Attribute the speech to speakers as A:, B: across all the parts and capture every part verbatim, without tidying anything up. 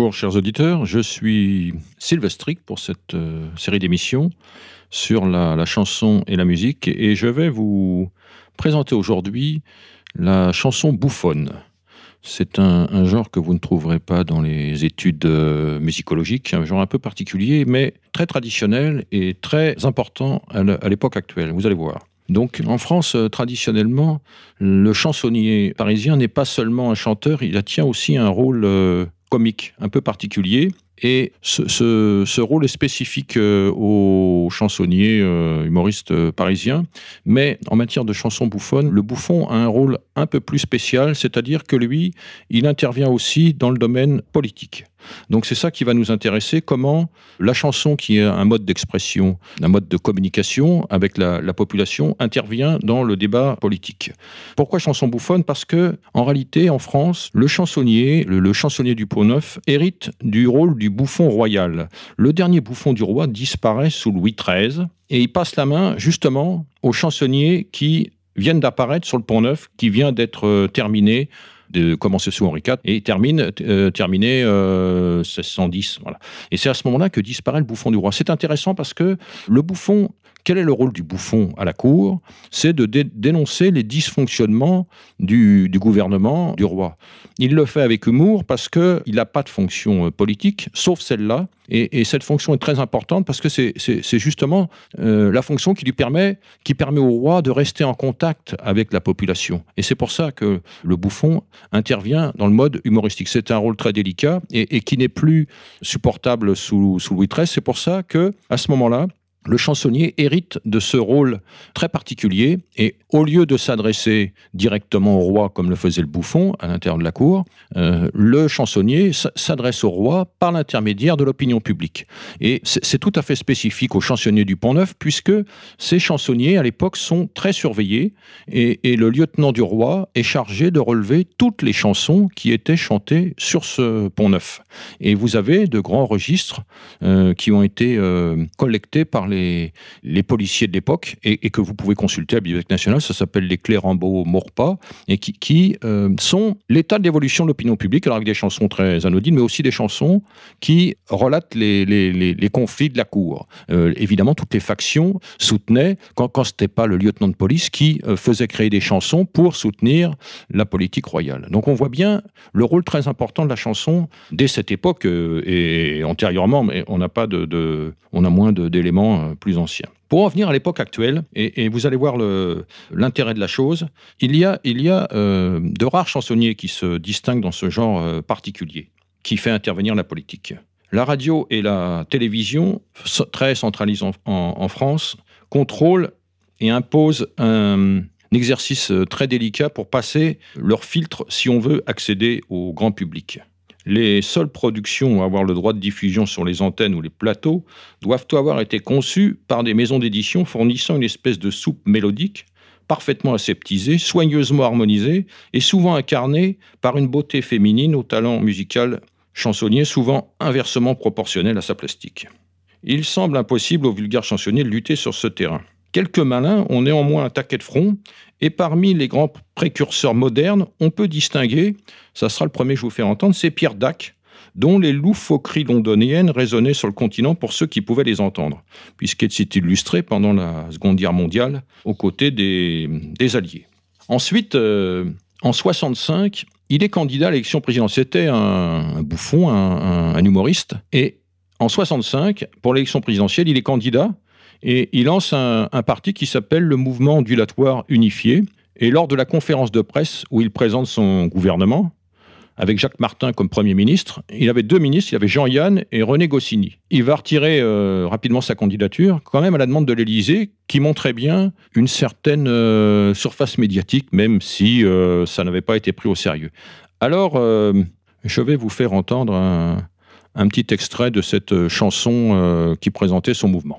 A: Bonjour chers auditeurs, je suis Sylvestric pour cette euh, série d'émissions sur la, la chanson et la musique et je vais vous présenter aujourd'hui la chanson bouffonne. C'est un, un genre que vous ne trouverez pas dans les études euh, musicologiques, un genre un peu particulier mais très traditionnel et très important à l'époque actuelle, vous allez voir. Donc en France, euh, traditionnellement, le chansonnier parisien n'est pas seulement un chanteur, il tient aussi un rôle euh, comique un peu particulier. Et ce, ce, ce rôle est spécifique euh, aux chansonniers euh, humoristes euh, parisiens. Mais en matière de chansons bouffonnes, le bouffon a un rôle un peu plus spécial, c'est-à-dire que lui, il intervient aussi dans le domaine politique. Donc c'est ça qui va nous intéresser, comment la chanson, qui est un mode d'expression, un mode de communication avec la, la population, intervient dans le débat politique. Pourquoi chanson bouffonne ? Parce que, en réalité, en France, le chansonnier, le, le chansonnier du Pont-Neuf, hérite du rôle du bouffon royal. Le dernier bouffon du roi disparaît sous Louis treize et il passe la main justement aux chansonniers qui viennent d'apparaître sur le Pont-Neuf, qui vient d'être euh, terminé, de commencer sous Henri quatre et termine euh, terminé euh, seize cent dix. Voilà. Et c'est à ce moment-là que disparaît le bouffon du roi. C'est intéressant parce que le bouffon, quel est le rôle du bouffon à la cour ? C'est de dé- dénoncer les dysfonctionnements du, du gouvernement du roi. Il le fait avec humour parce qu'il n'a pas de fonction politique, sauf celle-là. Et, et cette fonction est très importante parce que c'est, c'est, c'est justement euh, la fonction qui lui permet, qui permet au roi de rester en contact avec la population. Et c'est pour ça que le bouffon intervient dans le mode humoristique. C'est un rôle très délicat et, et qui n'est plus supportable sous, sous Louis treize. C'est pour ça que, à ce moment-là, le chansonnier hérite de ce rôle très particulier et au lieu de s'adresser directement au roi comme le faisait le bouffon à l'intérieur de la cour, euh, le chansonnier s'adresse au roi par l'intermédiaire de l'opinion publique. Et c'est, c'est tout à fait spécifique aux chansonniers du Pont-Neuf puisque ces chansonniers à l'époque sont très surveillés et, et le lieutenant du roi est chargé de relever toutes les chansons qui étaient chantées sur ce Pont-Neuf. Et vous avez de grands registres euh, qui ont été euh, collectés par les Les, les policiers de l'époque et, et que vous pouvez consulter à la Bibliothèque nationale, ça s'appelle les Clérambault-Maurepas et qui, qui euh, sont l'état de l'évolution de l'opinion publique, alors avec des chansons très anodines, mais aussi des chansons qui relatent les, les, les, les conflits de la cour. Euh, évidemment, toutes les factions soutenaient, quand, quand ce n'était pas le lieutenant de police qui euh, faisait créer des chansons pour soutenir la politique royale. Donc on voit bien le rôle très important de la chanson dès cette époque euh, et antérieurement, mais on n'a pas de, de, on a moins de, d'éléments plus ancien. Pour en venir à l'époque actuelle, et, et vous allez voir le, l'intérêt de la chose, il y a, il y a euh, de rares chansonniers qui se distinguent dans ce genre euh, particulier, qui fait intervenir la politique. La radio et la télévision, très centralisées en, en, en France, contrôlent et imposent un, un exercice très délicat pour passer leur filtre si on veut accéder au grand public. Les seules productions à avoir le droit de diffusion sur les antennes ou les plateaux doivent avoir été conçues par des maisons d'édition fournissant une espèce de soupe mélodique, parfaitement aseptisée, soigneusement harmonisée et souvent incarnée par une beauté féminine au talent musical chansonnier, souvent inversement proportionnel à sa plastique. Il semble impossible aux vulgaires chansonniers de lutter sur ce terrain. Quelques malins ont néanmoins un taquet de front, et parmi les grands précurseurs modernes, on peut distinguer, ça sera le premier que je vous fais entendre, c'est Pierre Dac, dont les loufoqueries londoniennes résonnaient sur le continent pour ceux qui pouvaient les entendre, puisqu'il s'est illustré pendant la Seconde Guerre mondiale aux côtés des, des Alliés. Ensuite, euh, en soixante-cinq, il est candidat à l'élection présidentielle. C'était un, un bouffon, un, un, un humoriste, et en soixante-cinq, pour l'élection présidentielle, il est candidat. Et il lance un, un parti qui s'appelle le Mouvement ondulatoire unifié. Et lors de la conférence de presse où il présente son gouvernement, avec Jacques Martin comme Premier ministre, il avait deux ministres, il avait Jean-Yann et René Goscinny. Il va retirer euh, rapidement sa candidature, quand même à la demande de l'Élysée, qui montrait bien une certaine euh, surface médiatique, même si euh, ça n'avait pas été pris au sérieux. Alors, euh, je vais vous faire entendre un, un petit extrait de cette chanson euh, qui présentait son mouvement.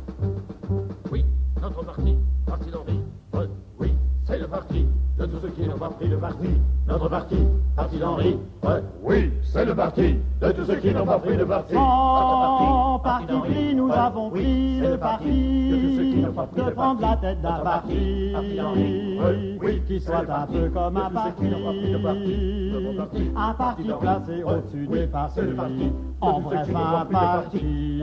B: Notre parti, parti d'Henri, oui, c'est le parti de tous ceux qui n'ont parti, le parti, notre parti, parti d'Henri. Ouais, oui, c'est le parti de tous ceux qui n'ont pas pris le parti.
C: Sans parti pris, nous avons pris le parti de prendre la tête d'un parti qui soit un peu comme un parti, un parti placé au-dessus des partis. En bref, un parti, oui,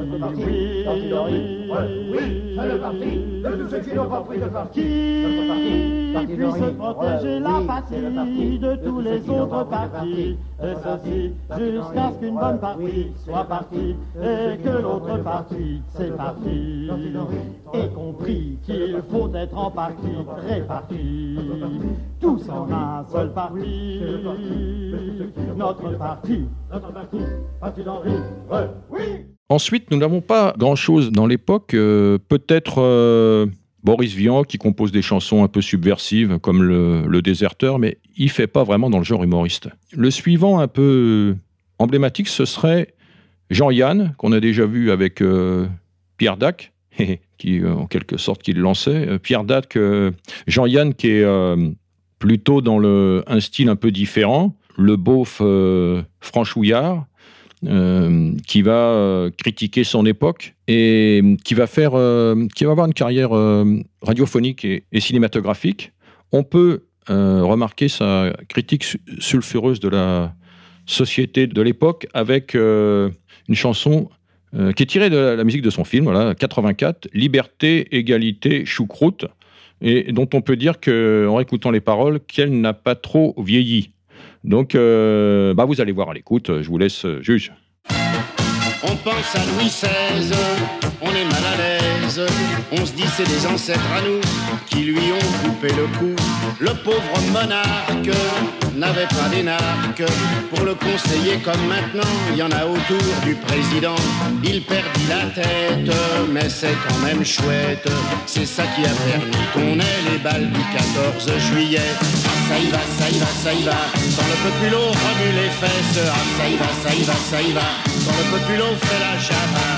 B: oui, c'est le parti de tous ceux qui n'ont pas pris le parti.
C: Qui puisse protéger la patrie de tous les autres partis, et ceci jusqu'à ce qu'une bonne partie soit partie, et que l'autre partie, c'est parti, ait compris qu'il faut être en partie répartis, tous en un seul parti, notre parti,
B: notre parti, parti d'Henri, ouais, oui.
A: Ensuite, nous n'avons pas grand-chose dans l'époque, euh, peut-être... Euh Boris Vian, qui compose des chansons un peu subversives, comme le, le Déserteur, mais il ne fait pas vraiment dans le genre humoriste. Le suivant, un peu emblématique, ce serait Jean-Yann, qu'on a déjà vu avec euh, Pierre Dac, qui, euh, en quelque sorte, qui le lançait. Euh, Pierre Dac, euh, Jean-Yann, qui est euh, plutôt dans le, un style un peu différent, le beauf euh, franchouillard, Euh, qui va euh, critiquer son époque et qui va faire, euh, qui va avoir une carrière euh, radiophonique et, et cinématographique. On peut euh, remarquer sa critique su- sulfureuse de la société de l'époque avec euh, une chanson euh, qui est tirée de la, la musique de son film, voilà, quatre-vingt-quatre, Liberté, égalité, choucroute, et dont on peut dire que, en écoutant les paroles, qu'elle n'a pas trop vieilli. Donc, euh, bah vous allez voir à l'écoute, je vous laisse euh, juge.
D: On pense à Louis seize, on est mal à l'aise, on se dit c'est des ancêtres à nous qui lui ont coupé le cou. Le pauvre monarque n'avait pas d'énarque pour le conseiller comme maintenant, il y en a autour du président. Il perdit la tête, mais c'est quand même chouette, c'est ça qui a permis qu'on ait les balles du quatorze juillet. Ah ça y va, ça y va, ça y va, quand le populo remue les fesses. Ah ça y va, ça y va, ça y va, quand le populo fait la java.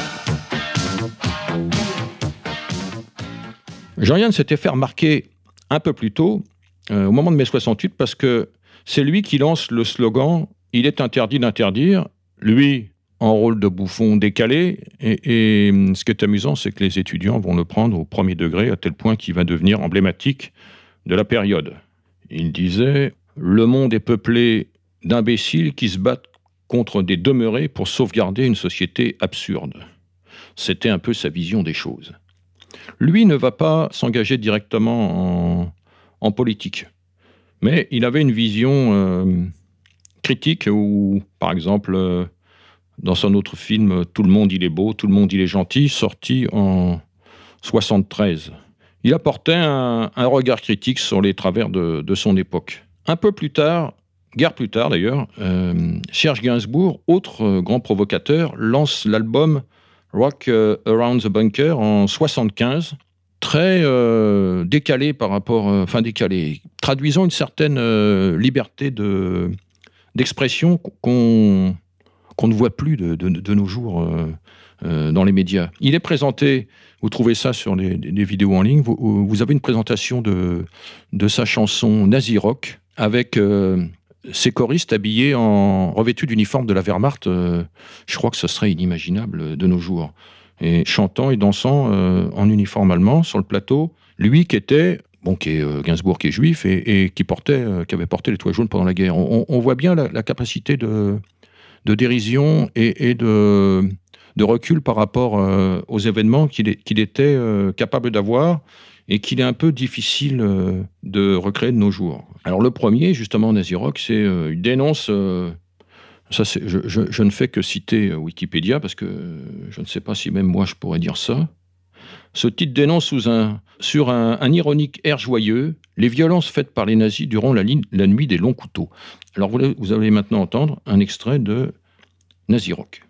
A: Jean-Yann s'était fait remarquer un peu plus tôt, euh, au moment de mai soixante-huit, parce que c'est lui qui lance le slogan « Il est interdit d'interdire », lui en rôle de bouffon décalé, et, et ce qui est amusant, c'est que les étudiants vont le prendre au premier degré, à tel point qu'il va devenir emblématique de la période. Il disait « Le monde est peuplé d'imbéciles qui se battent contre des demeurés pour sauvegarder une société absurde. » C'était un peu sa vision des choses. Lui ne va pas s'engager directement en, en politique, mais il avait une vision euh, critique où, par exemple, euh, dans son autre film « Tout le monde il est beau, tout le monde il est gentil », sorti en soixante-treize. Il apportait un, un regard critique sur les travers de, de son époque. Un peu plus tard, guère plus tard d'ailleurs, euh, Serge Gainsbourg, autre euh, grand provocateur, lance l'album Rock euh, Around the Bunker en soixante-quinze, très euh, décalé par rapport, euh, enfin décalé, traduisant une certaine euh, liberté de, d'expression qu'on, qu'on ne voit plus de, de, de nos jours euh, euh, dans les médias. Il est présenté, vous trouvez ça sur les, les vidéos en ligne, vous, vous avez une présentation de, de sa chanson Nazi Rock avec euh, ses choristes habillés en revêtus d'uniforme de la Wehrmacht. Euh, je crois que ce serait inimaginable de nos jours. Et chantant et dansant euh, en uniforme allemand sur le plateau, lui qui était, bon, qui est euh, Gainsbourg qui est juif et, et qui portait, euh, qui avait porté l'étoile jaune pendant la guerre. On, on voit bien la, la capacité de, de dérision et, et de, de recul par rapport euh, aux événements qu'il, est, qu'il était euh, capable d'avoir et qu'il est un peu difficile euh, de recréer de nos jours. Alors le premier, justement, Nazi Rock, c'est euh, il dénonce. Euh, Ça, c'est, je, je, je ne fais que citer Wikipédia, parce que je ne sais pas si même moi je pourrais dire ça. Ce titre dénonce sous un, sur un, un ironique air joyeux les violences faites par les nazis durant la, ligne, la nuit des longs couteaux. Alors vous, vous allez maintenant entendre un extrait de Nazi Rock.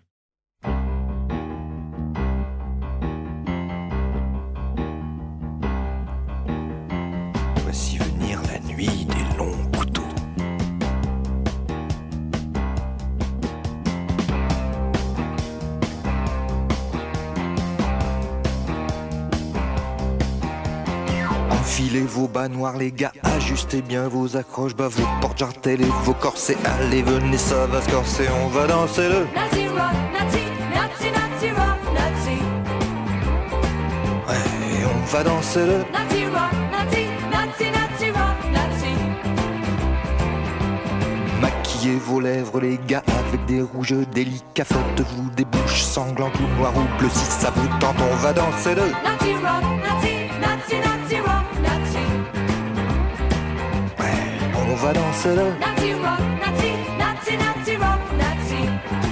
E: Voici venir la nuit des longs couteaux. Enfilez vos bas noirs les gars, ajustez bien vos accroches, bah vos portes jartelles et vos corsets. Allez venez, ça va se corser, on va danser le
F: Nazi rock, Nazi, Nazi, Nazi rock, Nazi.
E: Ouais, on va danser le
F: Nazi rock, Nazi, Nazi, Nazi rock, Nazi.
E: Maquillez vos lèvres les gars avec des rouges délicats. Faites-vous des bouches sanglantes ou noires ou bleues. Si ça vous tente, on va danser le
F: Nazi rock, Nazi, Nazi, Nazi rock, Nazi.
E: Ouais, on va danser le
F: Nazi rock, Nazi, Nazi, Nazi rock, Nazi.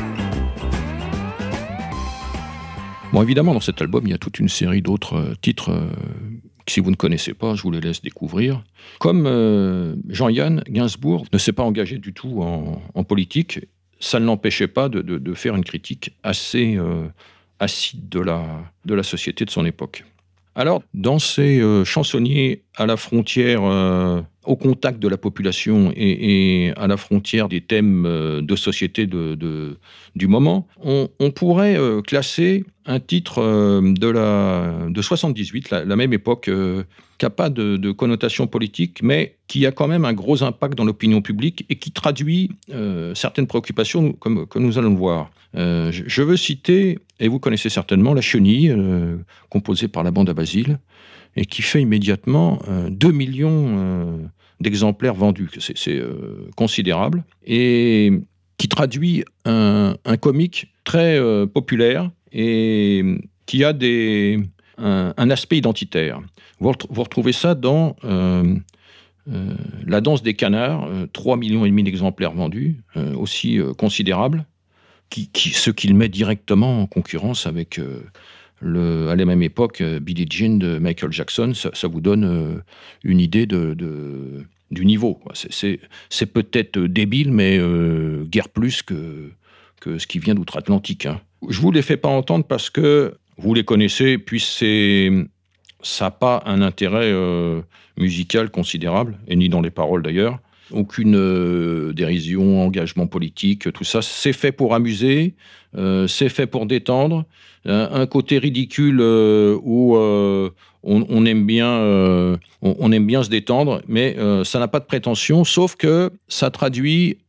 A: Bon, évidemment, dans cet album, il y a toute une série d'autres euh, titres euh, que si vous ne connaissez pas, je vous les laisse découvrir. Comme euh, Jean-Yann Gainsbourg ne s'est pas engagé du tout en, en politique, ça ne l'empêchait pas de, de, de faire une critique assez euh, acide de la, de la société de son époque. Alors, dans ces euh, chansonniers à la frontière, euh, au contact de la population et, et à la frontière des thèmes euh, de société de, de, du moment, on, on pourrait euh, classer un titre euh, de, la, de soixante-dix-huit, la, la même époque, euh, qui n'a pas de, de connotation politique, mais qui a quand même un gros impact dans l'opinion publique et qui traduit euh, certaines préoccupations comme, que nous allons le voir. Euh, je, je veux citer, et vous connaissez certainement, La Chenille, euh, composée par la bande à Basile, et qui fait immédiatement euh, deux millions euh, d'exemplaires vendus. C'est, c'est euh, considérable. Et qui traduit un, un comique très euh, populaire et qui a des, un, un aspect identitaire. Vous, vous retrouvez ça dans euh, euh, La Danse des Canards, euh, trois millions et demi d'exemplaires vendus, euh, aussi euh, considérable, qui, qui, ce qui le met directement en concurrence avec, euh, le, à la même époque, euh, Billie Jean de Michael Jackson. Ça, ça vous donne euh, une idée de, de, du niveau. C'est, c'est, c'est peut-être débile, mais euh, guère plus que, que ce qui vient d'outre-Atlantique, hein. Je ne vous les fais pas entendre parce que vous les connaissez, puis c'est, ça n'a pas un intérêt euh, musical considérable, et ni dans les paroles d'ailleurs. Aucune euh, dérision, engagement politique, tout ça. C'est fait pour amuser, euh, c'est fait pour détendre. Un, un côté ridicule euh, où euh, on, on, aime bien, euh, on, on aime bien se détendre, mais euh, ça n'a pas de prétention, sauf que ça traduit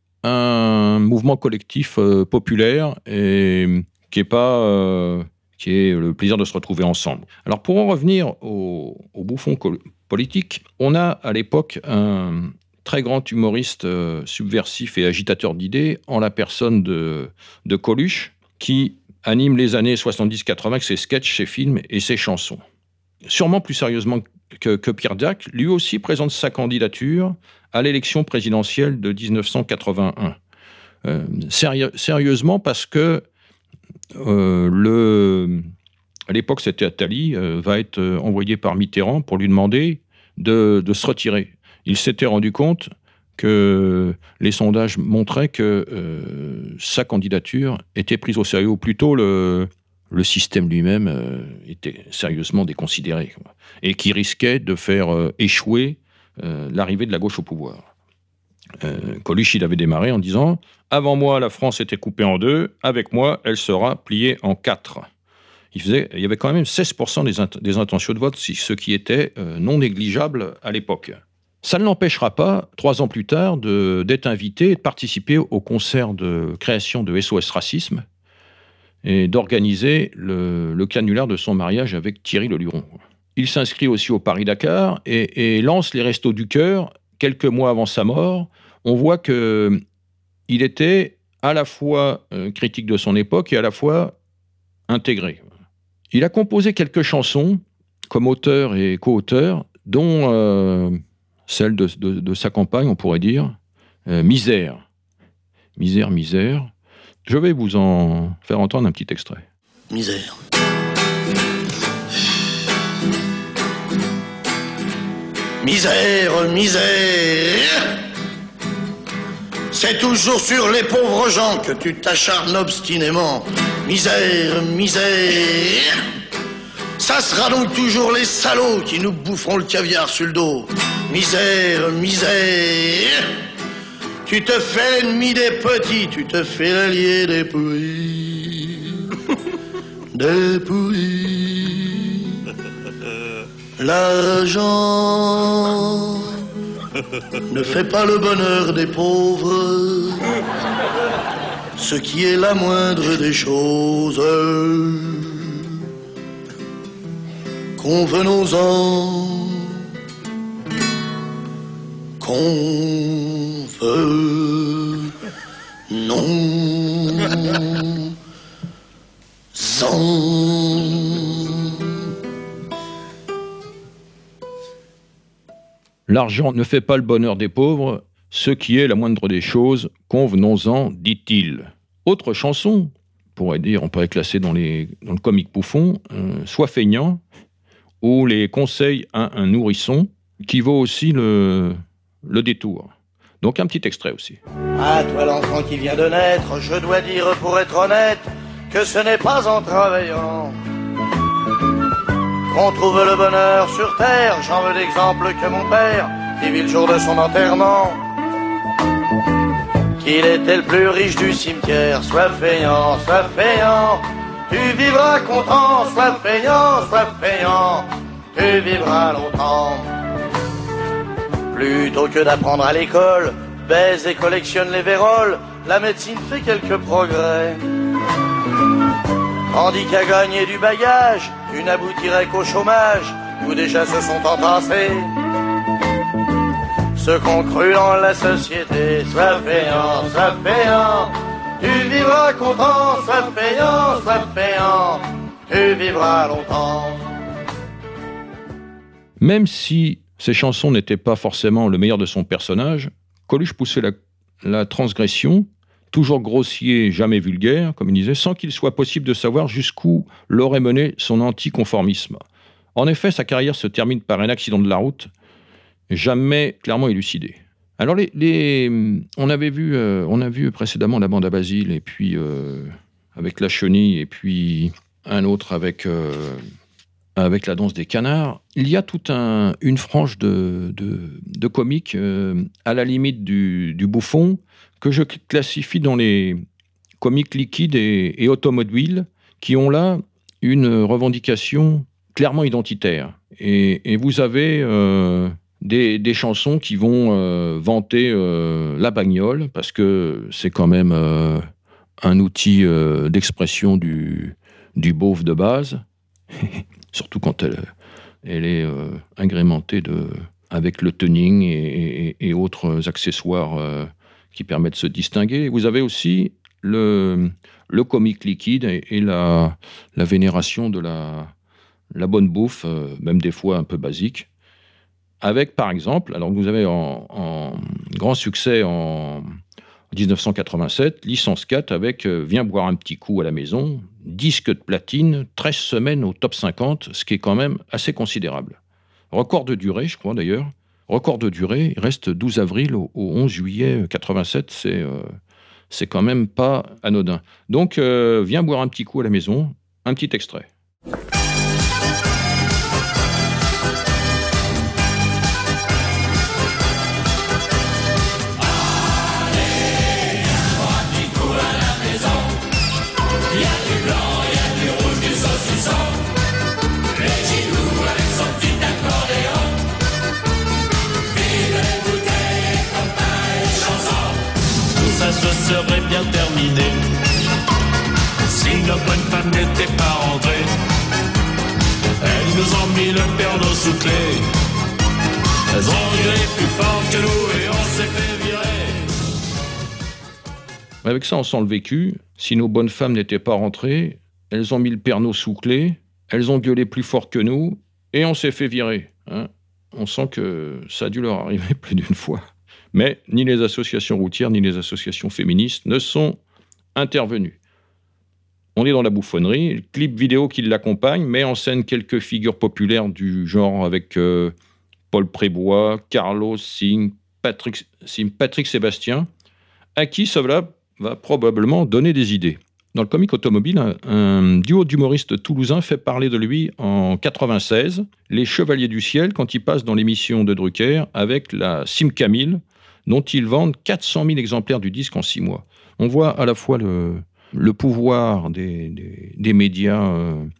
A: un mouvement collectif euh, populaire et qui est pas, euh, qui est le plaisir de se retrouver ensemble. Alors pour en revenir au, au bouffon politique, on a à l'époque un très grand humoriste euh, subversif et agitateur d'idées en la personne de, de Coluche, qui anime les années soixante-dix quatre-vingts avec ses sketchs, ses films et ses chansons. Sûrement plus sérieusement que, que Pierre Dac, lui aussi présente sa candidature à l'élection présidentielle de dix-neuf cent quatre-vingt-un. Euh, sérieux, sérieusement parce que Euh, le, à l'époque, c'était Attali, euh, va être euh, envoyé par Mitterrand pour lui demander de, de se retirer. Il s'était rendu compte que les sondages montraient que euh, sa candidature était prise au sérieux, ou plutôt le, le système lui-même euh, était sérieusement déconsidéré, quoi, et qui risquait de faire euh, échouer euh, l'arrivée de la gauche au pouvoir. Euh, Coluche, il avait démarré en disant « Avant moi, la France était coupée en deux. Avec moi, elle sera pliée en quatre. » Il, faisait, il y avait quand même seize pour cent des, int- des intentions de vote, ce qui était euh, non négligeable à l'époque. Ça ne l'empêchera pas, trois ans plus tard, de, d'être invité et de participer au concert de création de S O S Racisme et d'organiser le, le canular de son mariage avec Thierry Leluron. Il s'inscrit aussi au Paris-Dakar et, et lance les Restos du Cœur quelques mois avant sa mort. On voit qu'il était à la fois euh, critique de son époque et à la fois intégré. Il a composé quelques chansons comme auteur et co-auteur, dont euh, celle de, de, de sa campagne, on pourrait dire, euh, Misère. Misère, misère. Je vais vous en faire entendre un petit extrait.
G: Misère. Misère, misère. C'est toujours sur les pauvres gens que tu t'acharnes obstinément. Misère, misère. Ça sera donc toujours les salauds qui nous boufferont le caviar sur le dos. Misère, misère. Tu te fais l'ennemi des petits, tu te fais l'allié des pourris. Des pourris. L'argent ne fait pas le bonheur des pauvres, ce qui est la moindre des choses. Convenons-en, convenons-en.
A: L'argent ne fait pas le bonheur des pauvres, ce qui est la moindre des choses, convenons-en, dit-il. Autre chanson, on pourrait dire, on pourrait classer dans, les, dans le comique bouffon, euh, Sois feignant, ou les conseils à un nourrisson, qui vaut aussi le, le détour. Donc un petit extrait aussi.
G: À toi l'enfant qui vient de naître, je dois dire pour être honnête, que ce n'est pas en travaillant qu'on trouve le bonheur sur terre. J'en veux l'exemple que mon père, qui vit le jour de son enterrement, qu'il était le plus riche du cimetière. Sois feignant, sois feignant, tu vivras content. Sois feignant, sois feignant, tu vivras longtemps. Plutôt que d'apprendre à l'école, baise et collectionne les véroles, la médecine fait quelques progrès. Tandis qu'à gagner du bagage, tu n'aboutirais qu'au chômage, où déjà se sont entassés ceux qu'on cru dans la société. Sois feignant, sois feignant, tu vivras content. Sois feignant, sois feignant, tu vivras longtemps.
A: Même si ces chansons n'étaient pas forcément le meilleur de son personnage, Coluche poussait la, la transgression, toujours grossier, jamais vulgaire, comme il disait, sans qu'il soit possible de savoir jusqu'où l'aurait mené son anticonformisme. En effet, sa carrière se termine par un accident de la route, jamais clairement élucidé. Alors, les, les, on avait vu, euh, on a vu précédemment la bande à Basile, et puis euh, avec La Chenille, et puis un autre avec, euh, avec La Danse des Canards. Il y a toute un, une frange de, de, de comiques euh, à la limite du, du bouffon, que je classifie dans les comiques liquides et, et automobiles, qui ont là une revendication clairement identitaire. Et, et vous avez euh, des, des chansons qui vont euh, vanter euh, la bagnole, parce que c'est quand même euh, un outil euh, d'expression du, du beauf de base, surtout quand elle, elle est euh, agrémentée de, avec le tuning et, et, et autres accessoires euh, qui permettent de se distinguer. Vous avez aussi le, le comique liquide et, et la, la vénération de la, la bonne bouffe, euh, même des fois un peu basique, avec par exemple, alors vous avez en, en grand succès en dix-neuf cent quatre-vingt-sept, Licence quatre avec euh, Viens boire un petit coup à la maison, disque de platine, treize semaines au top cinquante, ce qui est quand même assez considérable. Record de durée, je crois d'ailleurs. Record de durée, il reste douze avril au, au onze juillet quatre-vingt-sept, c'est, euh, c'est quand même pas anodin. Donc, euh, viens boire un petit coup à la maison, un petit extrait.
H: Serait bien terminé si nos bonnes femmes n'étaient pas rentrées. Elles nous ont mis le perno sous clé. Elles ont gueulé plus fort que nous et on s'est fait virer.
A: Avec ça, on sent le vécu. Si nos bonnes femmes n'étaient pas rentrées, elles ont mis le perno sous clé. Elles ont gueulé plus fort que nous et on s'est fait virer. Hein, on sent que ça a dû leur arriver plus d'une fois. Mais ni les associations routières, ni les associations féministes ne sont intervenues. On est dans la bouffonnerie. Le clip vidéo qui l'accompagne met en scène quelques figures populaires du genre avec euh, Paul Prébois, Carlos Singh, Patrick, Patrick Sébastien, à qui cela va probablement donner des idées. Dans le comique automobile, un, un duo d'humoristes toulousains fait parler de lui en quatre-vingt-seize, les Chevaliers du Ciel, quand ils passent dans l'émission de Drucker avec la Simca mille, dont ils vendent quatre cent mille exemplaires du disque en six mois. On voit à la fois le, le pouvoir des, des, des médias euh,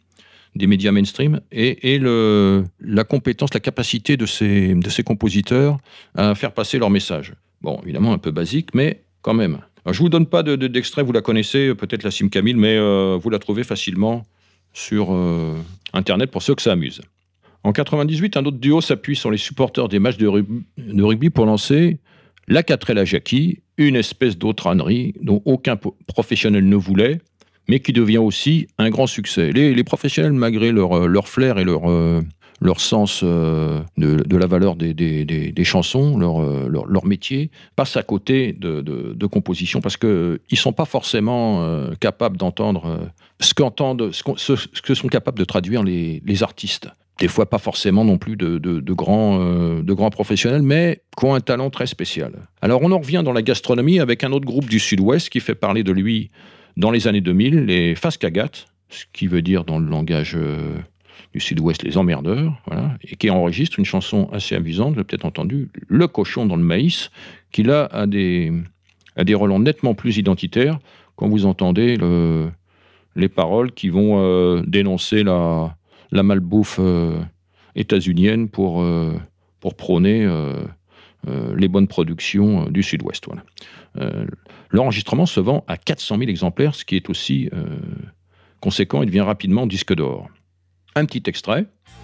A: des médias mainstream et, et le, la compétence, la capacité de ces, de ces compositeurs à faire passer leur message. Bon, évidemment, un peu basique, mais quand même. Alors, je ne vous donne pas de, de, d'extrait, vous la connaissez, peut-être la Simcamille, mais euh, vous la trouvez facilement sur euh, Internet pour ceux que ça amuse. En quatre-vingt-dix-huit, un autre duo s'appuie sur les supporters des matchs de rugby, de rugby pour lancer la Quatrelle à Jackie, une espèce d'autre ânerie dont aucun po- professionnel ne voulait, mais qui devient aussi un grand succès. Les, les professionnels, malgré leur, leur flair et leur, euh, leur sens euh, de, de la valeur des, des, des, des chansons, leur, euh, leur, leur métier, passent à côté de, de, de composition parce qu'ils ne sont pas forcément euh, capables d'entendre euh, ce, qu'entendent, ce, ce, ce que sont capables de traduire les, les artistes. Des fois pas forcément non plus de, de, de, grands, euh, de grands professionnels, mais qui ont un talent très spécial. Alors on en revient dans la gastronomie avec un autre groupe du Sud-Ouest qui fait parler de lui dans les années deux mille, les Fascagat, ce qui veut dire dans le langage euh, du Sud-Ouest les emmerdeurs, voilà, et qui enregistre une chanson assez amusante, vous avez peut-être entendu, Le cochon dans le maïs, qui là a des, a des relents nettement plus identitaires quand vous entendez le, les paroles qui vont euh, dénoncer la... la malbouffe euh, états-unienne pour, euh, pour prôner euh, euh, les bonnes productions euh, du Sud-Ouest. Voilà. Euh, l'enregistrement se vend à quatre cent mille exemplaires, ce qui est aussi euh, conséquent. Il devient rapidement disque d'or. Un petit extrait.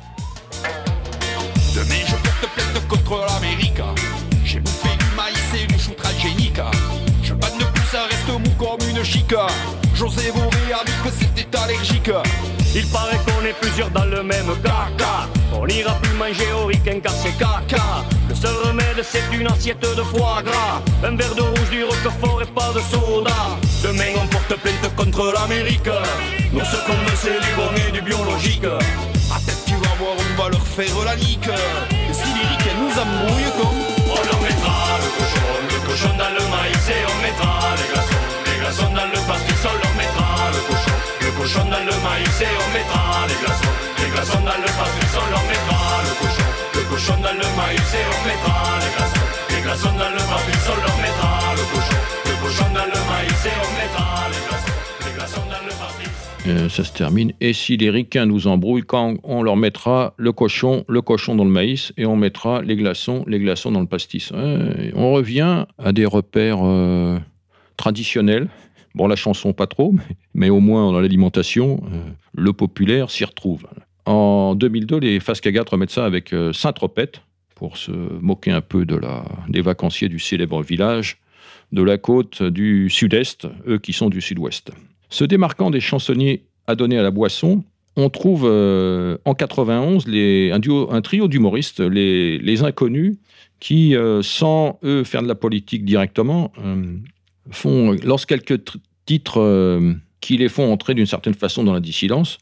I: Demain je porte plainte contre l'Amérique. J'ai bouffé du maïs et du chou transgénique. Je pas de plus, ça reste mou comme une chic. José Bové a dit que c'était allergique.
J: Il paraît qu'on est plusieurs dans le même caca. On n'ira plus manger au ricain car c'est caca. Le seul remède c'est une assiette de foie gras, un verre de rouge, du roquefort et pas de soda. Demain on porte plainte contre l'Amérique. Nous ce qu'on veut c'est du bon et du biologique.
I: À tête tu vas voir, on va leur faire la nique. Et si l'Irique elle nous embrouille comme
J: on leur mettra le cochon, le cochon dans le maïs et on mettra les glaçons, les glaçons dans le pastis, on leur mettra le cochon. Le cochon dans le maïs et on mettra les glaçons. Les glaçons dans le pastis, on leur mettra le cochon. Le cochon dans le maïs et on mettra les glaçons. Les glaçons dans le pastis, on leur mettra le cochon. Le cochon dans le maïs et on mettra les glaçons. Les glaçons dans le pastis.
A: Euh, ça se termine. Et si les ricains nous embrouillent, quand on leur mettra le cochon, le cochon dans le maïs et on mettra les glaçons, les glaçons dans le pastis. Euh, on revient à des repères euh, traditionnels. Bon, la chanson, pas trop, mais, mais au moins dans l'alimentation, euh, le populaire s'y retrouve. En deux mille deux, les Fascagat remettent ça avec euh, Saint-Tropez, pour se moquer un peu de la, des vacanciers du célèbre village de la côte du sud-est, eux qui sont du sud-ouest. Se démarquant des chansonniers adonnés à la boisson, on trouve euh, en quatre-vingt-onze les, un, duo, un trio d'humoristes, les, les Inconnus, qui, euh, sans eux faire de la politique directement, euh, font, lancent quelques tr- titres euh, qui les font entrer d'une certaine façon dans la dissidence.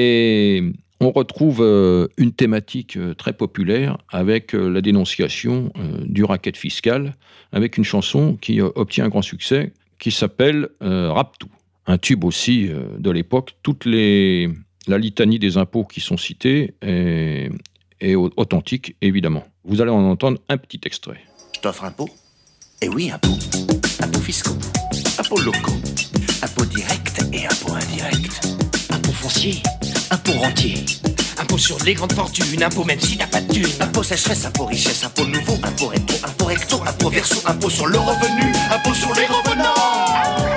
A: Et on retrouve euh, une thématique euh, très populaire avec euh, la dénonciation euh, du racket fiscal, avec une chanson qui euh, obtient un grand succès, qui s'appelle euh, Rappe-tout. Un tube aussi euh, de l'époque. Toute les, la litanie des impôts qui sont cités est, est authentique, évidemment. Vous allez en entendre un petit extrait.
K: Je t'offre un pot. Eh oui, un pot. Impôts fiscaux, impôts locaux, impôts directs et impôts indirects, impôts fonciers, impôts rentiers, impôts sur les grandes fortunes, impôts même si t'as pas de thunes, impôts sécheresse, impôts richesse, impôts nouveaux, impôts rétro, impôts recto, impôts verso, impôts sur le revenu, impôts sur les revenants.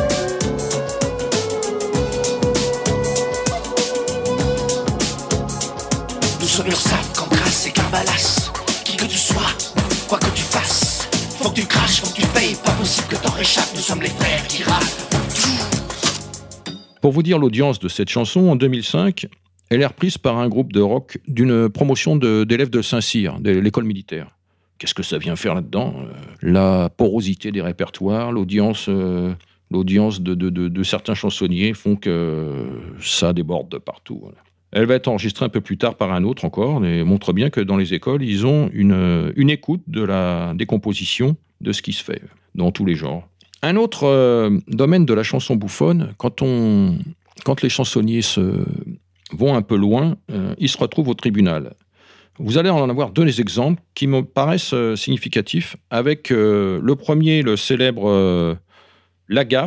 K: Nous sommes Ursaf, Cancras et Carvalas, qui que tu sois, quoi que tu fasses, faut que tu craches, faut que tu payes, pas possible que t'en réchappes, nous sommes les frères qui rappent.
A: Pour vous dire l'audience de cette chanson, en deux mille cinq, elle est reprise par un groupe de rock d'une promotion de, d'élèves de Saint-Cyr, de l'école militaire. Qu'est-ce que ça vient faire là-dedans ? La porosité des répertoires, l'audience, euh, l'audience de, de, de, de certains chansonniers font que ça déborde de partout. Voilà. Elle va être enregistrée un peu plus tard par un autre encore, et montre bien que dans les écoles, ils ont une, une écoute de la, des compositions, de ce qui se fait, dans tous les genres. Un autre euh, domaine de la chanson bouffonne, quand, on, quand les chansonniers se, vont un peu loin, euh, ils se retrouvent au tribunal. Vous allez en avoir deux exemples qui me paraissent euh, significatifs, avec euh, le premier, le célèbre euh, La Gaffe,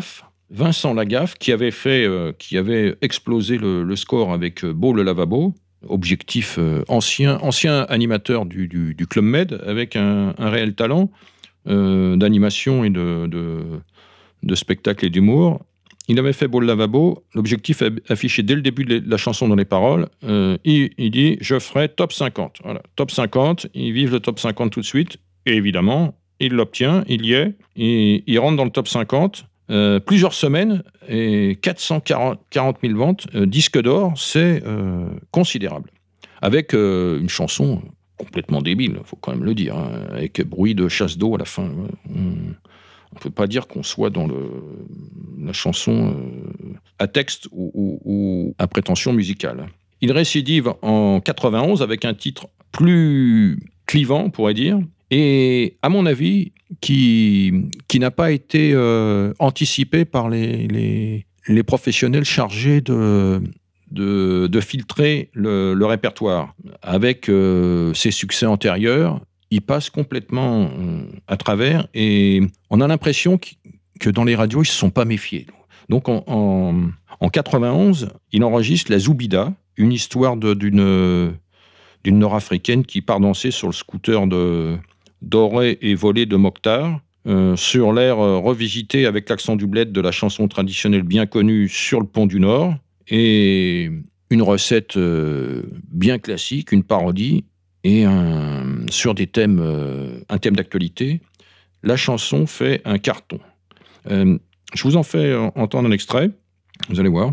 A: Vincent Lagaffe, qui avait, fait, euh, qui avait explosé le, le score avec euh, Beau le lavabo, objectif euh, ancien, ancien animateur du, du, du Club Med, avec un, un réel talent euh, d'animation et de, de, de spectacle et d'humour. Il avait fait Beau le lavabo, l'objectif affiché dès le début de la chanson dans les paroles. Euh, il, il dit « Je ferai top cinquante ». Voilà, top cinquante, il vise le top cinquante tout de suite. Et évidemment, il l'obtient, il y est. Il, il rentre dans le top cinquante. Euh, plusieurs semaines et quatre cent quarante mille ventes. Euh, disque d'or, c'est euh, considérable. Avec euh, une chanson complètement débile, il faut quand même le dire, hein, avec bruit de chasse d'eau à la fin. On, On ne peut pas dire qu'on soit dans le, la chanson euh, à texte ou, ou, ou à prétention musicale. Il récidive en quatre-vingt-onze avec un titre plus clivant, on pourrait dire, et à mon avis, qui, qui n'a pas été euh, anticipé par les, les, les professionnels chargés de, de, de filtrer le, le répertoire. Avec euh, ses succès antérieurs, il passe complètement euh, à travers et on a l'impression qu- que dans les radios, ils ne se sont pas méfiés. Donc en, en, en quatre-vingt-onze, il enregistre La Zoubida, une histoire de, d'une, d'une Nord-Africaine qui part danser sur le scooter de, doré et volé de Mokhtar, euh, sur l'air euh, revisité avec l'accent du bled de la chanson traditionnelle bien connue Sur le pont du Nord, et une recette euh, bien classique, une parodie, et un, sur des thèmes, euh, un thème d'actualité, la chanson fait un carton. Euh, je vous en fais entendre un extrait, vous allez voir.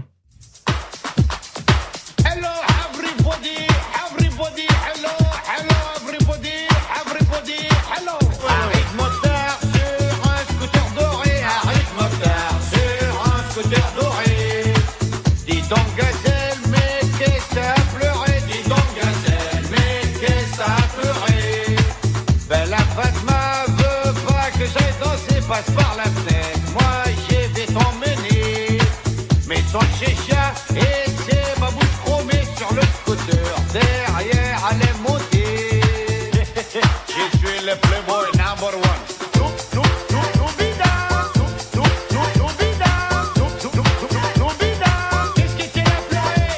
L: Hello everybody, everybody, hello, hello everybody, everybody, hello. Arrête Mokhtar sur un scooter doré, arrête Mokhtar sur un scooter doré. Dis donc gazelle, mais qu'est-ce que ça a pleuré, dis donc gazelle, mais qu'est-ce que ça a pleuré. Ben la Fatma veut pas que j'aille danser, passe par la fenêtre, moi j'ai vais t'emmener. Mais son chécha et ses babouches chromées sur le scooter, derrière elle est montée. Je suis le playboy number one. Qu'est-ce que tu as pleuré?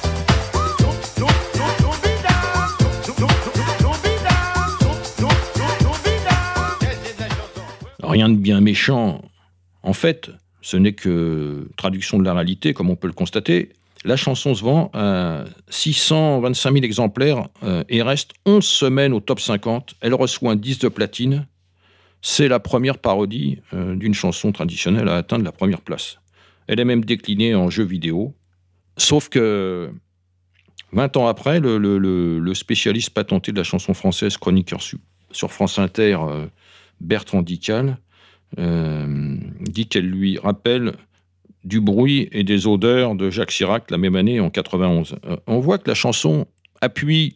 A: Rien de bien méchant. En fait, ce n'est que traduction de la réalité, comme on peut le constater. La chanson se vend à six cent vingt-cinq mille exemplaires euh, et reste onze semaines au top cinquante. Elle reçoit un disque de platine. C'est la première parodie euh, d'une chanson traditionnelle à atteindre la première place. Elle est même déclinée en jeu vidéo. Sauf que vingt ans après, le, le, le, le spécialiste patenté de la chanson française, chroniqueur su, sur France Inter, euh, Bertrand Dical, euh, dit qu'elle lui rappelle du bruit et des odeurs de Jacques Chirac la même année, en quatre-vingt-onze. Euh, on voit que la chanson appuie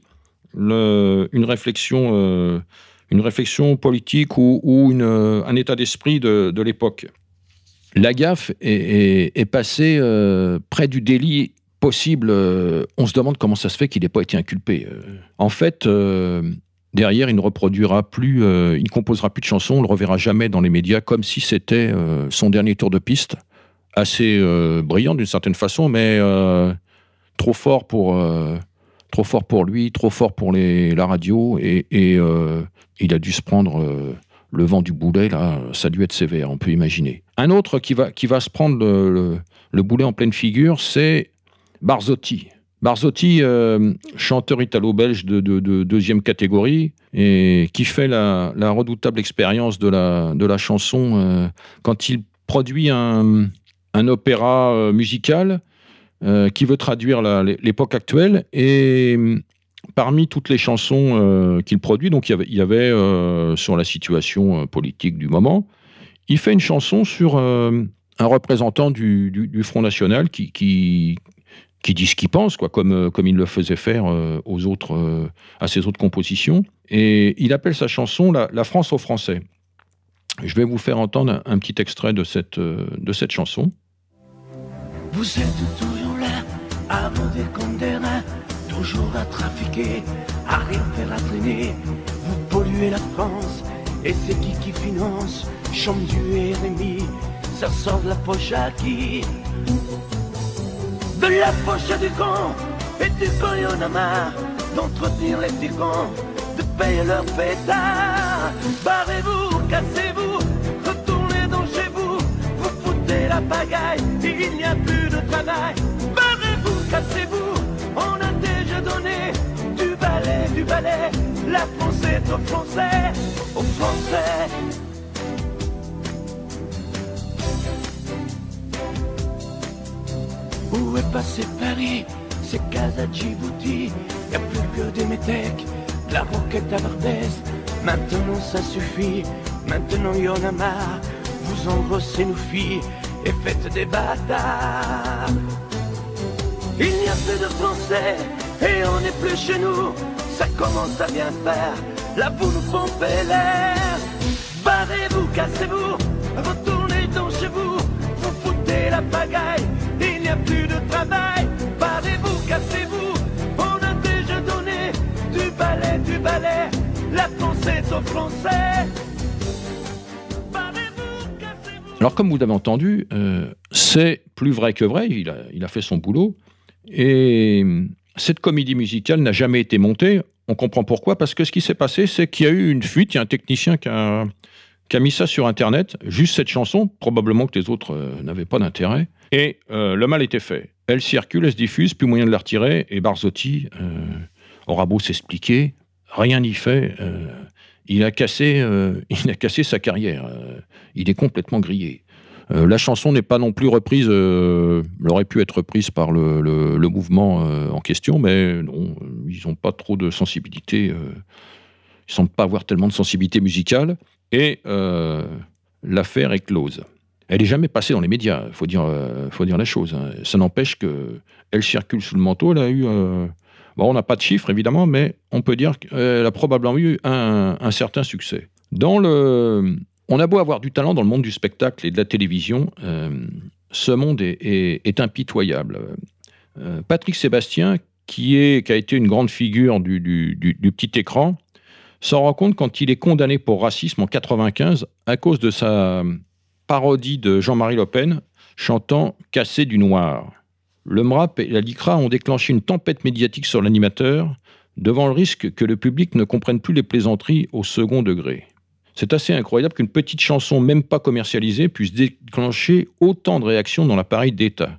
A: le, une, réflexion, euh, une réflexion politique ou, ou une, un état d'esprit de, de l'époque. Lagaffe est, est, est passé euh, près du délit possible. Euh, on se demande comment ça se fait qu'il n'ait pas été inculpé. Euh, en fait... Euh, Derrière, il ne reproduira plus, euh, il ne composera plus de chansons, on ne le reverra jamais dans les médias, comme si c'était euh, son dernier tour de piste, assez euh, brillant d'une certaine façon, mais euh, trop fort pour, euh, trop fort pour lui, trop fort pour les, la radio, et, et euh, il a dû se prendre euh, le vent du boulet, là, ça a dû être sévère, on peut imaginer. Un autre qui va, qui va se prendre le, le, le boulet en pleine figure, c'est Barzotti. Barzotti, euh, chanteur italo-belge de, de, de deuxième catégorie, et qui fait la, la redoutable expérience de la, de la chanson euh, quand il produit un, un opéra euh, musical euh, qui veut traduire la, l'époque actuelle. Et parmi toutes les chansons euh, qu'il produit, donc il y avait, il y avait euh, sur la situation politique du moment, il fait une chanson sur euh, un représentant du, du, du Front National qui... qui qui dit ce qu'il pense, quoi, comme, comme il le faisait faire euh, aux autres, euh, à ses autres compositions. Et il appelle sa chanson la, « La France aux Français ». Je vais vous faire entendre un, un petit extrait de cette, euh, de cette chanson.
M: Vous êtes toujours là, à voter comme des reins, toujours à trafiquer, à rien faire à traîner. Vous polluez la France, et c'est qui qui finance? Champ du R M I, ça sort de la poche à qui? De la poche du con, et du con y'en a marre d'entretenir les petits cons, de payer leur pétard. Barrez-vous, cassez-vous, retournez donc chez vous, vous foutez la pagaille, il n'y a plus de travail. Barrez-vous, cassez-vous, on a déjà donné du balai, du balai, la France est aux Français, aux Français. Où est passé Paris? C'est Casa Djibouti. Y'a plus que des métèques, de la roquette à Barbès. Maintenant ça suffit, maintenant y'en a marre. Vous engrossez nos filles et faites des bâtards. Il n'y a plus de Français et on n'est plus chez nous. Ça commence à bien faire, là vous nous pompez l'air. Barrez-vous, cassez-vous, retournez donc chez vous. Vous foutez la pagaille, il n'y a plus de travail. Barrez-vous, cassez-vous, on a déjà donné du balai, du balai. La France est aux Français.
A: Alors, comme vous l'avez entendu, euh, c'est plus vrai que vrai, il a, il a fait son boulot. Et cette comédie musicale n'a jamais été montée. On comprend pourquoi, parce que ce qui s'est passé, c'est qu'il y a eu une fuite, il y a un technicien qui a, qui a mis ça sur Internet, juste cette chanson, probablement que les autres euh, n'avaient pas d'intérêt. Et euh, le mal était fait. Elle circule, elle se diffuse, plus moyen de la retirer, et Barzotti euh, aura beau s'expliquer, rien n'y fait. Euh, il, a cassé, euh, il a cassé sa carrière. Euh, il est complètement grillé. Euh, la chanson n'est pas non plus reprise, euh, elle aurait pu être reprise par le, le, le mouvement euh, en question, mais non, ils n'ont pas trop de sensibilité, euh, ils ne semblent pas avoir tellement de sensibilité musicale, et euh, l'affaire est close. Elle n'est jamais passée dans les médias, il faut dire, euh, faut dire la chose. Hein. Ça n'empêche qu'elle circule sous le manteau, elle a eu... Euh, bon, on n'a pas de chiffres, évidemment, mais on peut dire qu'elle a probablement eu un, un certain succès. Dans le... On a beau avoir du talent dans le monde du spectacle et de la télévision, euh, ce monde est, est, est impitoyable. Euh, Patrick Sébastien, qui, est, qui a été une grande figure du, du, du, du petit écran, s'en rend compte quand il est condamné pour racisme en quatre-vingt-quinze à cause de sa parodie de Jean-Marie Le Pen chantant « Casser du noir ». Le M R A P et la LICRA ont déclenché une tempête médiatique sur l'animateur devant le risque que le public ne comprenne plus les plaisanteries au second degré. C'est assez incroyable qu'une petite chanson, même pas commercialisée, puisse déclencher autant de réactions dans l'appareil d'État.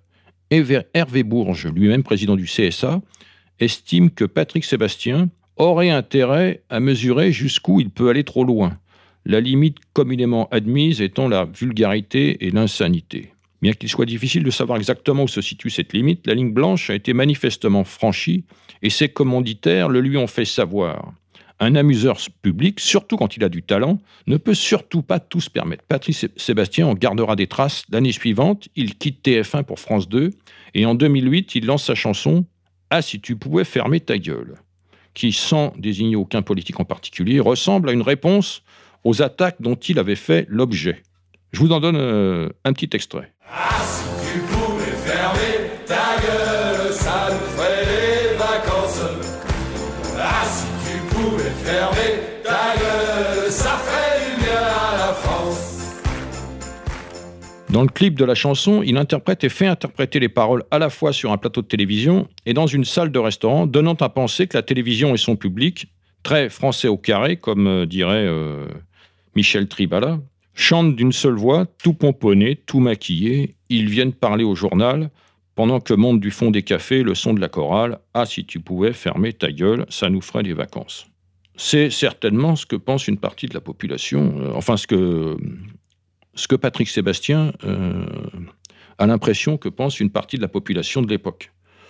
A: Hervé Bourges, lui-même président du C S A, estime que Patrick Sébastien aurait intérêt à mesurer jusqu'où il peut aller trop loin, la limite communément admise étant la vulgarité et l'insanité. Bien qu'il soit difficile de savoir exactement où se situe cette limite, la ligne blanche a été manifestement franchie et ses commanditaires le lui ont fait savoir. Un amuseur public, surtout quand il a du talent, ne peut surtout pas tout se permettre. Patrick Sébastien en gardera des traces l'année suivante. Il quitte T F un pour France deux et en deux mille huit, il lance sa chanson « Ah, si tu pouvais fermer ta gueule », qui, sans désigner aucun politique en particulier, ressemble à une réponse aux attaques dont il avait fait l'objet. Je vous en donne euh, un petit extrait.
N: Ah, si tu pouvais fermer ta gueule, ça nous ferait des vacances. Ah, si tu pouvais fermer ta gueule, ça ferait du bien à la France.
A: Dans le clip de la chanson, il interprète et fait interpréter les paroles à la fois sur un plateau de télévision et dans une salle de restaurant, donnant à penser que la télévision et son public, très français au carré, comme euh, dirait euh, Michel Tribala, chantent d'une seule voix, tout pomponné, tout maquillé. Ils viennent parler au journal, pendant que monte du fond des cafés le son de la chorale « Ah, si tu pouvais fermer ta gueule, ça nous ferait des vacances ». C'est certainement ce que pense une partie de la population, euh, enfin ce que, ce que Patrick Sébastien euh, a l'impression que pense une partie de la population de l'époque.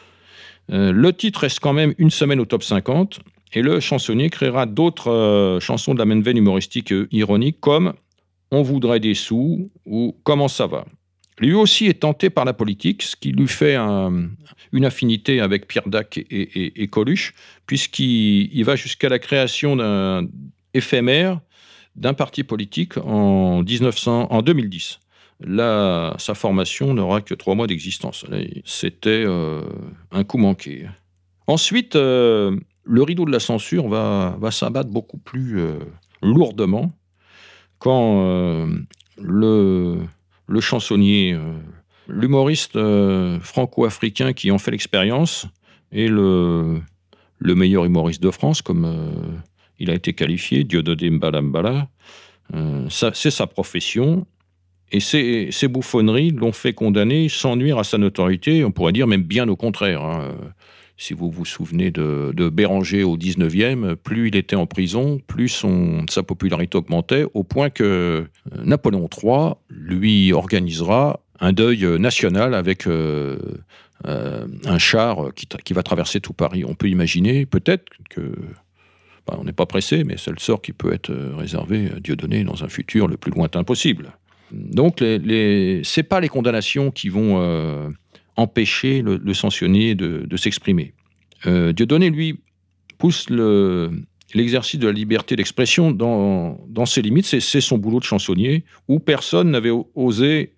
A: Euh, le titre reste quand même une semaine au top cinquante, et le chansonnier créera d'autres euh, chansons de la même veine humoristique et ironique, comme « On voudrait des sous » ou « Comment ça va ?» Lui aussi est tenté par la politique, ce qui lui fait un, une affinité avec Pierre Dac et, et, et Coluche, puisqu'il il va jusqu'à la création d'un éphémère d'un parti politique en, mille neuf cents, en deux mille dix. Là, sa formation n'aura que trois mois d'existence. C'était euh, un coup manqué. Ensuite, euh, le rideau de la censure va, va s'abattre beaucoup plus euh, lourdement quand euh, le le chansonnier, euh, l'humoriste euh, franco-africain qui en fait l'expérience est le, le meilleur humoriste de France, comme euh, il a été qualifié, Dieudonné Mbala Mbala. Euh, ça, c'est sa profession. Et ces, ces bouffonneries l'ont fait condamner sans nuire à sa notoriété, on pourrait dire même bien au contraire. Hein. Si vous vous souvenez de, de Béranger au dix-neuvième, plus il était en prison, plus son, sa popularité augmentait, au point que Napoléon trois lui organisera un deuil national avec euh, euh, un char qui, qui va traverser tout Paris. On peut imaginer peut-être que... Ben, on n'est pas pressé, mais c'est le sort qui peut être réservé à Dieudonné dans un futur le plus lointain possible. Donc, les, les, ce n'est pas les condamnations qui vont euh, empêcher le, le sanctionné de, de s'exprimer. Euh, Dieudonné, lui, pousse le, l'exercice de la liberté d'expression dans, dans ses limites. C'est, c'est son boulot de chansonnier, où personne n'avait osé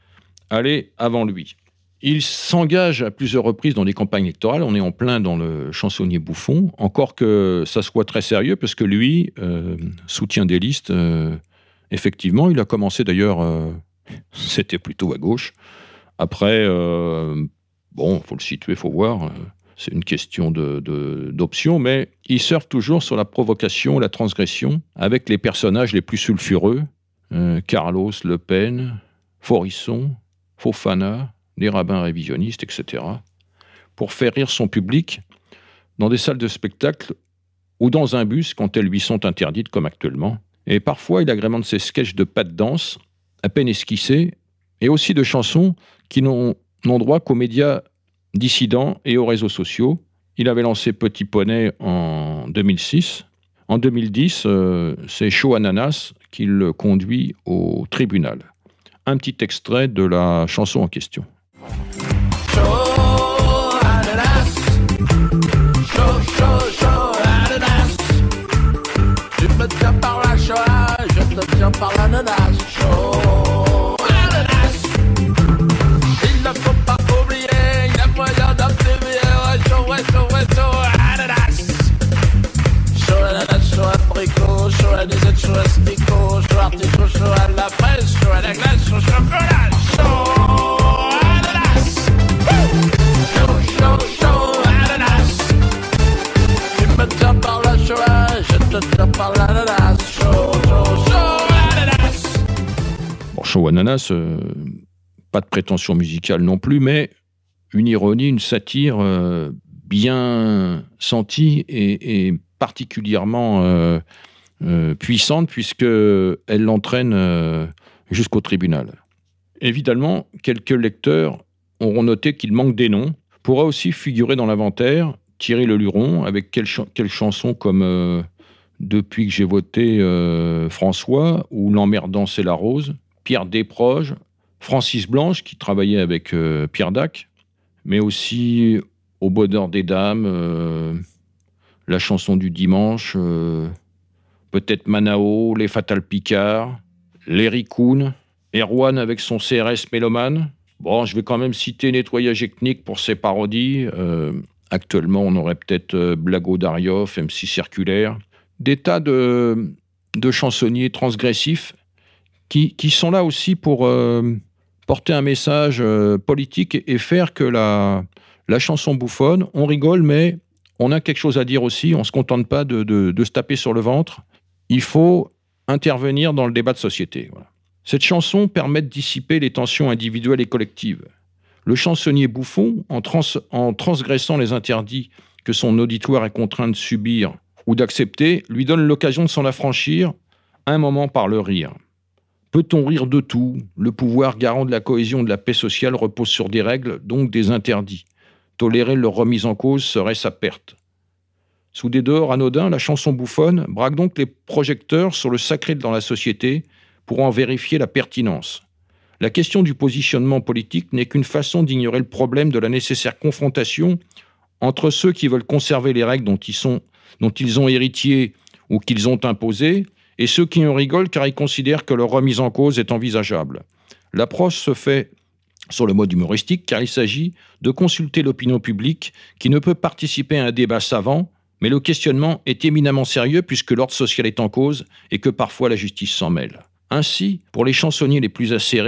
A: aller avant lui. Il s'engage à plusieurs reprises dans des campagnes électorales. On est en plein dans le chansonnier bouffon, encore que ça soit très sérieux, parce que lui euh, soutient des listes... Euh, Effectivement, il a commencé d'ailleurs, euh, c'était plutôt à gauche. Après, euh, bon, il faut le situer, il faut voir. Euh, c'est une question de, de, d'option, mais il surfe toujours sur la provocation, la transgression, avec les personnages les plus sulfureux. Euh, Carlos, Le Pen, Forisson, Fofana, des rabbins révisionnistes, et cetera. Pour faire rire son public dans des salles de spectacle ou dans un bus quand elles lui sont interdites, comme actuellement. Et parfois, il agrémente ses sketchs de pas de danse, à peine esquissés, et aussi de chansons qui n'ont, n'ont droit qu'aux médias dissidents et aux réseaux sociaux. Il avait lancé Petit Poney en deux mille six. En deux mille dix, euh, c'est Show Ananas qui le conduit au tribunal. Un petit extrait de la chanson en question.
L: Show Ananas, show, show, show Ananas. Tu me tiens par la Shoah, je te tiens par l'ananas. Show Ananas. Il ne faut pas oublier, il y a moyen d'obtenir. Show, ouais, show, ouais, show Ananas. Show Ananas, show abricot, show anisette, show asticot, show artichaut, show à la fraise, show à la glace, show chocolat. Show Ananas. Show, show, show Ananas. Tu me tiens par la Shoah, je te tiens par l'ananas. Show, show, show Ananas.
A: Bon, Show Ananas, euh, pas de prétention musicale non plus, mais une ironie, une satire euh, bien sentie et, et particulièrement euh, euh, puissante, puisqu'elle l'entraîne euh, jusqu'au tribunal. Évidemment, quelques lecteurs auront noté qu'il manque des noms. Pourra aussi figurer dans l'inventaire Thierry Leluron, avec quelle, ch- quelle chanson comme euh, Depuis que j'ai voté euh, François, ou L'emmerdant c'est la rose, Pierre Desproges, Francis Blanche, qui travaillait avec euh, Pierre Dac, mais aussi Au bonheur des dames, euh, la chanson du dimanche, euh, peut-être Manao, Les Fatal Picard, Les Ricounes, Erwan avec son C R S mélomane. Bon, je vais quand même citer Nettoyage ethnique pour ses parodies. Euh, actuellement, on aurait peut-être euh, Blago Darioff, M C Circulaire. Des tas de, de chansonniers transgressifs qui, qui sont là aussi pour euh, porter un message euh, politique et, et faire que la, la chanson bouffonne, on rigole, mais on a quelque chose à dire aussi. On ne se contente pas de, de, de se taper sur le ventre. Il faut intervenir dans le débat de société. Voilà. Cette chanson permet de dissiper les tensions individuelles et collectives. Le chansonnier bouffon, en, trans, en transgressant les interdits que son auditoire est contraint de subir ou d'accepter, lui donne l'occasion de s'en affranchir, un moment par le rire. Peut-on rire de tout ? Le pouvoir garant de la cohésion et de la paix sociale repose sur des règles, donc des interdits. Tolérer leur remise en cause serait sa perte. Sous des dehors anodins, la chanson bouffonne braque donc les projecteurs sur le sacré dans la société pour en vérifier la pertinence. La question du positionnement politique n'est qu'une façon d'ignorer le problème de la nécessaire confrontation entre ceux qui veulent conserver les règles dont ils, sont, dont ils ont héritié ou qu'ils ont imposées et ceux qui en rigolent car ils considèrent que leur remise en cause est envisageable. L'approche se fait sur le mode humoristique car il s'agit de consulter l'opinion publique qui ne peut participer à un débat savant, mais le questionnement est éminemment sérieux puisque l'ordre social est en cause et que parfois la justice s'en mêle. Ainsi, pour les chansonniers les plus acérés,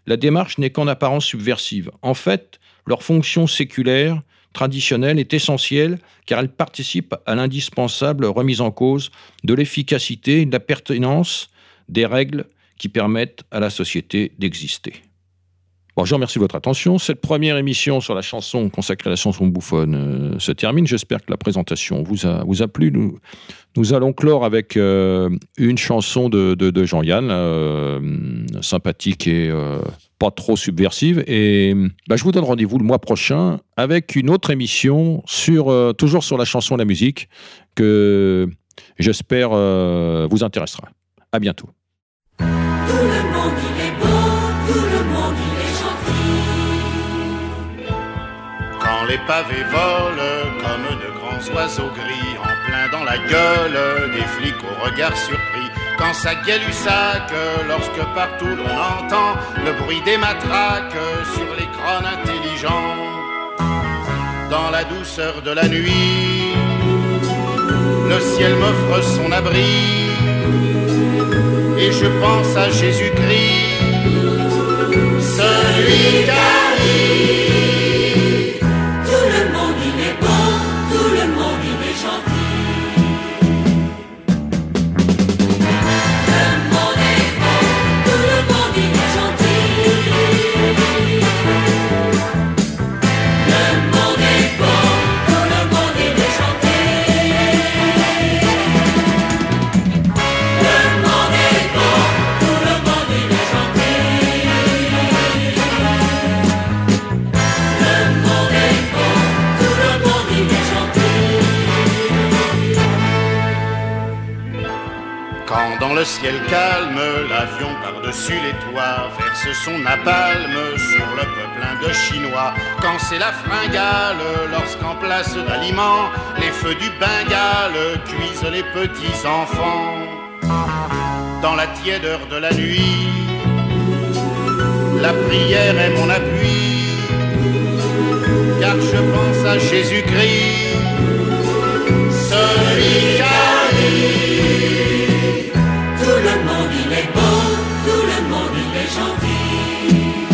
A: la démarche n'est qu'en apparence subversive. En fait, leur fonction séculaire, traditionnelle, est essentielle car elle participe à l'indispensable remise en cause de l'efficacité et de la pertinence des règles qui permettent à la société d'exister. Bon, je vous remercie de votre attention. Cette première émission sur la chanson consacrée à la chanson bouffonne euh, se termine. J'espère que la présentation vous a, vous a plu. Nous, nous allons clore avec euh, une chanson de, de, de Jean-Yann, euh, sympathique et euh, pas trop subversive. Et bah, je vous donne rendez-vous le mois prochain avec une autre émission, sur, euh, toujours sur la chanson et la musique, que j'espère euh, vous intéressera. À bientôt.
F: Tout le monde il est beau, tout le monde il est gentil.
D: Quand les pavés volent comme de grands oiseaux gris, en plein dans la gueule des flics au regard surpris. Quand ça gueule-sac, lorsque partout l'on entend le bruit des matraques sur les crânes intelligents. Dans la douceur de la nuit, le ciel m'offre son abri. Et je pense à Jésus-Christ, celui qu'a dit.
F: Tout le monde il est beau, tout le monde il est gentil. Le monde est beau, tout le monde il est gentil. Le monde est beau, tout le monde il est gentil. Le monde est beau, tout le monde il est gentil. Le monde est beau, tout le monde il est gentil.
D: Quand dans le ciel calme, l'avion par-dessus les toits verse son napalm sur le peuple indo-chinois. Quand c'est la fringale, lorsqu'en place d'aliments, les feux du Bengale cuisent les petits enfants. Dans la tiédeur de la nuit, la prière est mon appui, car je pense à Jésus-Christ, celui qu'a dit.
F: Tout le monde il est beau, tout le monde il est gentil.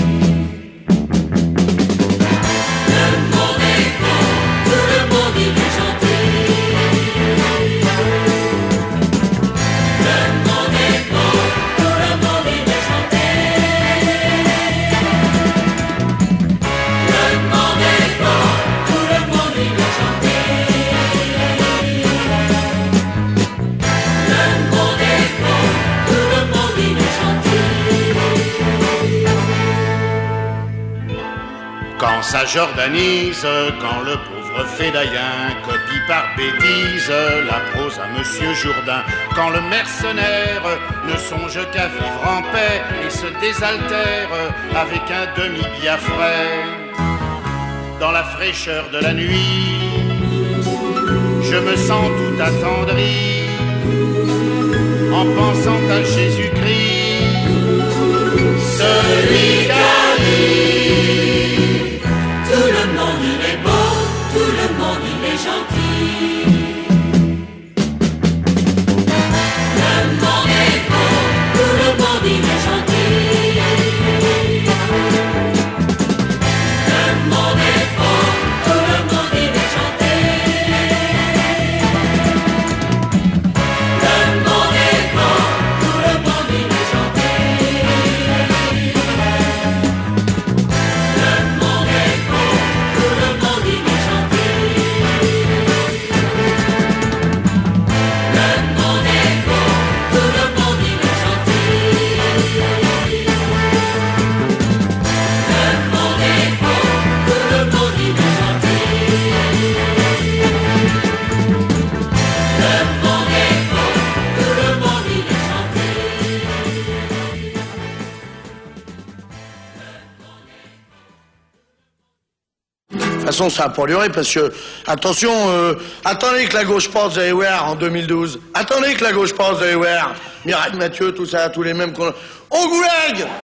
F: Le monde est beau, tout le monde il est gentil. Le monde est beau, tout le monde il est gentil. Le monde est beau, tout le monde il est gentil. Le monde est beau, tout le monde il est gentil.
D: Quand ça jordanise, quand le pauvre fédaïen copie par bêtise la prose à Monsieur Jourdain, quand le mercenaire ne songe qu'à vivre en paix et se désaltère avec un demi-biafrais. Dans la fraîcheur de la nuit, je me sens tout attendri en pensant à Jésus-Christ, celui qu'a dit.
F: Tout le monde il est beau, tout le monde il est gentil. Le monde est beau, tout le monde il est gentil. Le monde est beau, tout le monde il est gentil. Le monde est beau, tout le monde il est gentil. Le monde est beau, tout le monde il est gentil. Le monde est beau, tout le monde il est gentil. Le monde est beau, tout le monde il est gentil. Le monde est beau, tout le monde il est
G: De toute façon, ça va pas durer parce que, attention, euh, attendez que la gauche passe, vous allez voir, en deux mille douze. Attendez que la gauche passe, vous allez voir. Mireille Mathieu, tout ça, tous les mêmes qu'on... Au goulag!